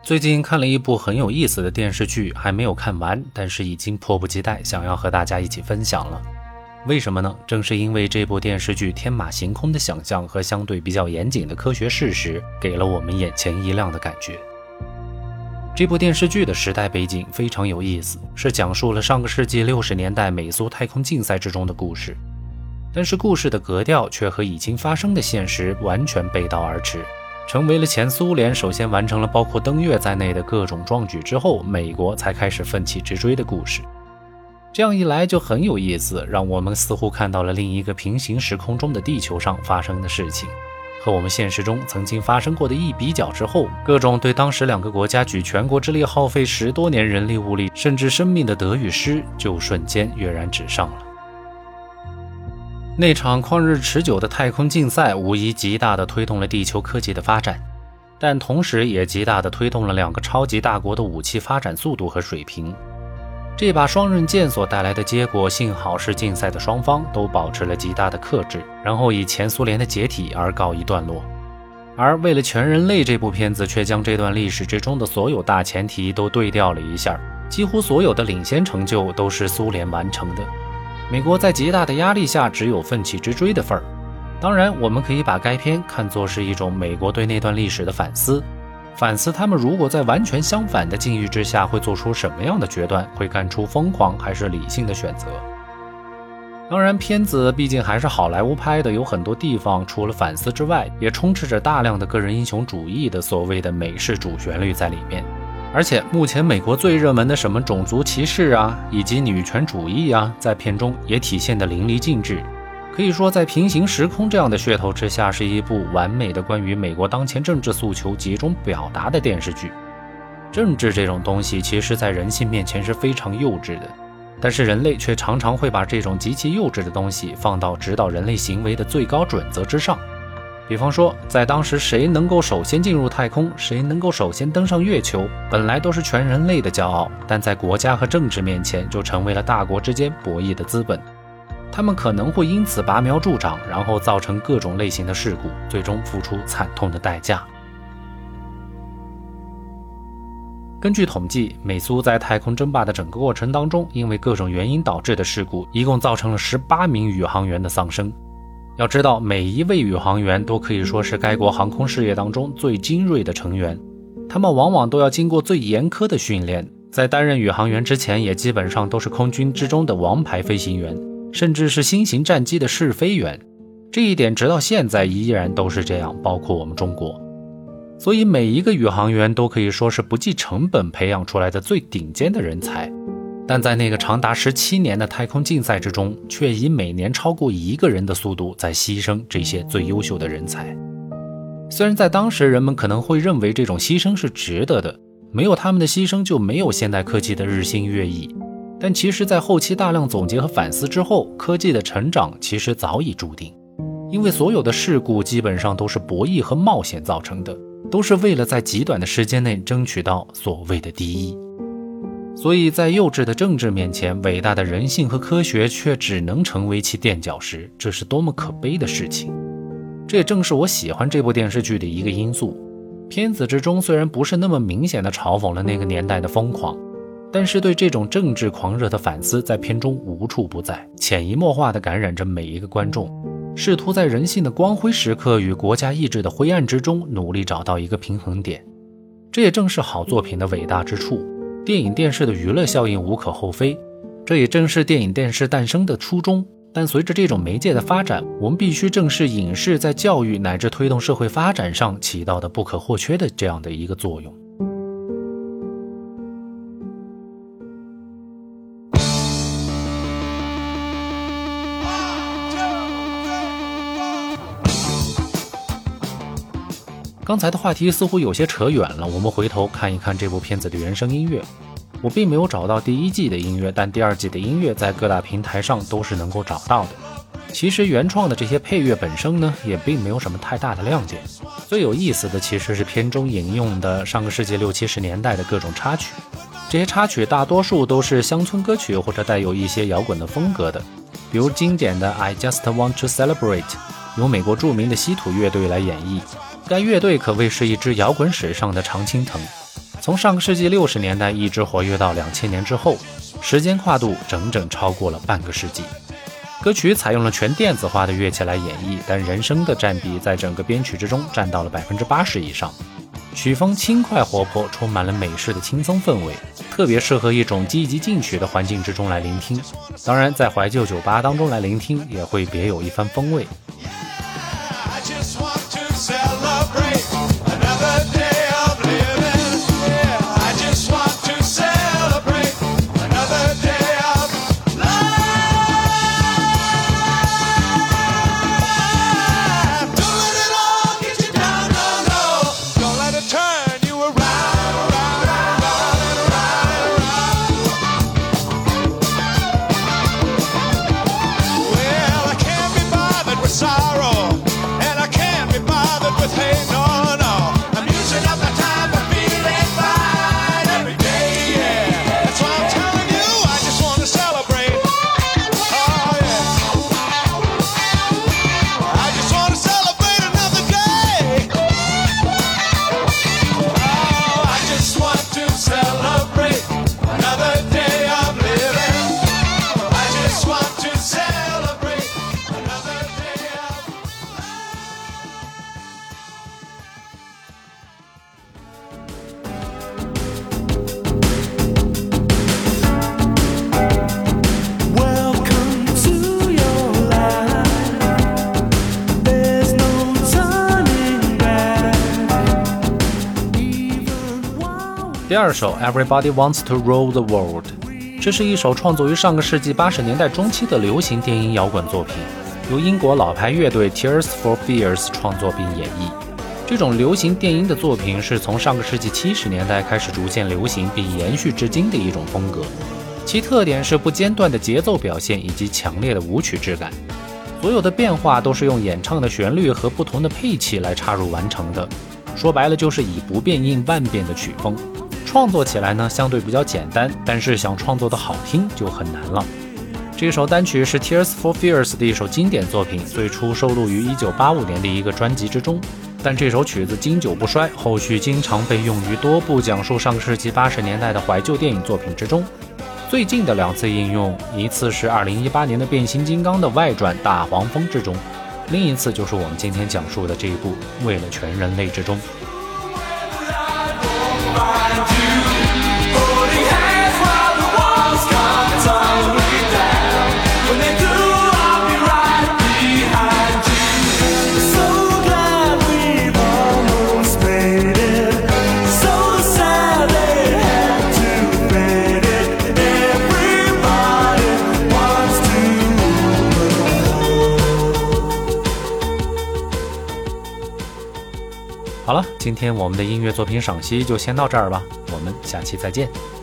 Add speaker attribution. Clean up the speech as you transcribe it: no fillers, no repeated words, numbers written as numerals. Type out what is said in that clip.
Speaker 1: 最近看了一部很有意思的电视剧，还没有看完，但是已经迫不及待想要和大家一起分享了。为什么呢？正是因为这部电视剧天马行空的想象和相对比较严谨的科学事实，给了我们眼前一亮的感觉。这部电视剧的时代背景非常有意思，是讲述了上个世纪60年代美苏太空竞赛之中的故事，但是故事的格调却和已经发生的现实完全背道而驰，成为了前苏联首先完成了包括登月在内的各种壮举之后，美国才开始奋起直追的故事。这样一来就很有意思，让我们似乎看到了另一个平行时空中的地球上发生的事情，和我们现实中曾经发生过的一比较之后，各种对当时两个国家举全国之力耗费10多年人力物力甚至生命的得与失就瞬间跃然纸上了。那场旷日持久的太空竞赛无疑极大地推动了地球科技的发展，但同时也极大地推动了两个超级大国的武器发展速度和水平。这把双刃剑所带来的结果，幸好是竞赛的双方都保持了极大的克制，然后以前苏联的解体而告一段落。而为了全人类这部片子却将这段历史之中的所有大前提都对调了一下，几乎所有的领先成就都是苏联完成的。美国在极大的压力下只有奋起直追的份儿。当然我们可以把该片看作是一种美国对那段历史的反思，反思他们如果在完全相反的境遇之下会做出什么样的决断，会干出疯狂还是理性的选择。当然片子毕竟还是好莱坞拍的，有很多地方除了反思之外，也充斥着大量的个人英雄主义的所谓的美式主旋律在里面。而且目前美国最热门的什么种族歧视啊，以及女权主义啊，在片中也体现得淋漓尽致。可以说在平行时空这样的噱头之下，是一部完美的关于美国当前政治诉求集中表达的电视剧。政治这种东西其实在人性面前是非常幼稚的，但是人类却常常会把这种极其幼稚的东西放到指导人类行为的最高准则之上。比方说在当时谁能够首先进入太空，谁能够首先登上月球，本来都是全人类的骄傲，但在国家和政治面前就成为了大国之间博弈的资本。他们可能会因此拔苗助长，然后造成各种类型的事故，最终付出惨痛的代价。根据统计，美苏在太空争霸的整个过程当中，因为各种原因导致的事故，一共造成了18名宇航员的丧生。要知道，每一位宇航员都可以说是该国航空事业当中最精锐的成员，他们往往都要经过最严苛的训练，在担任宇航员之前也基本上都是空军之中的王牌飞行员，甚至是新型战机的试飞员。这一点直到现在依然都是这样，包括我们中国。所以每一个宇航员都可以说是不计成本培养出来的最顶尖的人才，但在那个长达17年的太空竞赛之中，却以每年超过1个人的速度在牺牲这些最优秀的人才。虽然在当时人们可能会认为这种牺牲是值得的，没有他们的牺牲就没有现代科技的日新月异，但其实在后期大量总结和反思之后，科技的成长其实早已注定。因为所有的事故基本上都是博弈和冒险造成的，都是为了在极短的时间内争取到所谓的第一。所以在幼稚的政治面前，伟大的人性和科学却只能成为其垫脚石，这是多么可悲的事情。这也正是我喜欢这部电视剧的一个因素。片子之中虽然不是那么明显的嘲讽了那个年代的疯狂，但是对这种政治狂热的反思在片中无处不在，潜移默化地感染着每一个观众，试图在人性的光辉时刻与国家意志的灰暗之中努力找到一个平衡点。这也正是好作品的伟大之处。电影电视的娱乐效应无可厚非，这也正是电影电视诞生的初衷。但随着这种媒介的发展，我们必须正视影视在教育乃至推动社会发展上起到的不可或缺的这样的一个作用。刚才的话题似乎有些扯远了，我们回头看一看这部片子的原声音乐。我并没有找到第1季的音乐，但第2季的音乐在各大平台上都是能够找到的。其实原创的这些配乐本身呢，也并没有什么太大的亮点。最有意思的其实是片中引用的上个世纪60、70年代的各种插曲。这些插曲大多数都是乡村歌曲或者带有一些摇滚的风格的，比如经典的 I Just Want to Celebrate 由美国著名的稀土乐队来演绎。该乐队可谓是一支摇滚史上的常青藤。 从上个世纪60年代一直活跃到2000年之后，时间跨度整整超过了半个世纪。歌曲采用了全电子化的乐器来演绎，但人声的占比在整个编曲之中占到了80%以上。曲风轻快活泼，充满了美式的轻松氛围，特别适合一种积极进取的环境之中来聆听。当然，在怀旧酒吧当中来聆听也会别有一番风味。第二首 Everybody Wants to Rule the World， 这是一首创作于上个世纪80年代中期的流行电音摇滚作品，由英国老牌乐队 Tears for Fears 创作并演绎。这种流行电音的作品是从上个世纪70年代开始逐渐流行并延续至今的一种风格，其特点是不间断的节奏表现以及强烈的舞曲质感。所有的变化都是用演唱的旋律和不同的配器来插入完成的，说白了就是以不变应万变的曲风。创作起来呢相对比较简单，但是想创作的好听就很难了。这首单曲是 Tears for Fears 的一首经典作品，最初收录于1985年的一个专辑之中，但这首曲子经久不衰，后续经常被用于多部讲述上世纪80年代的怀旧电影作品之中。最近的2次应用，一次是2018年的变形金刚的外传大黄蜂之中，另一次就是我们今天讲述的这一部为了全人类之中。好了，今天我们的音乐作品赏析就先到这儿吧，我们下期再见。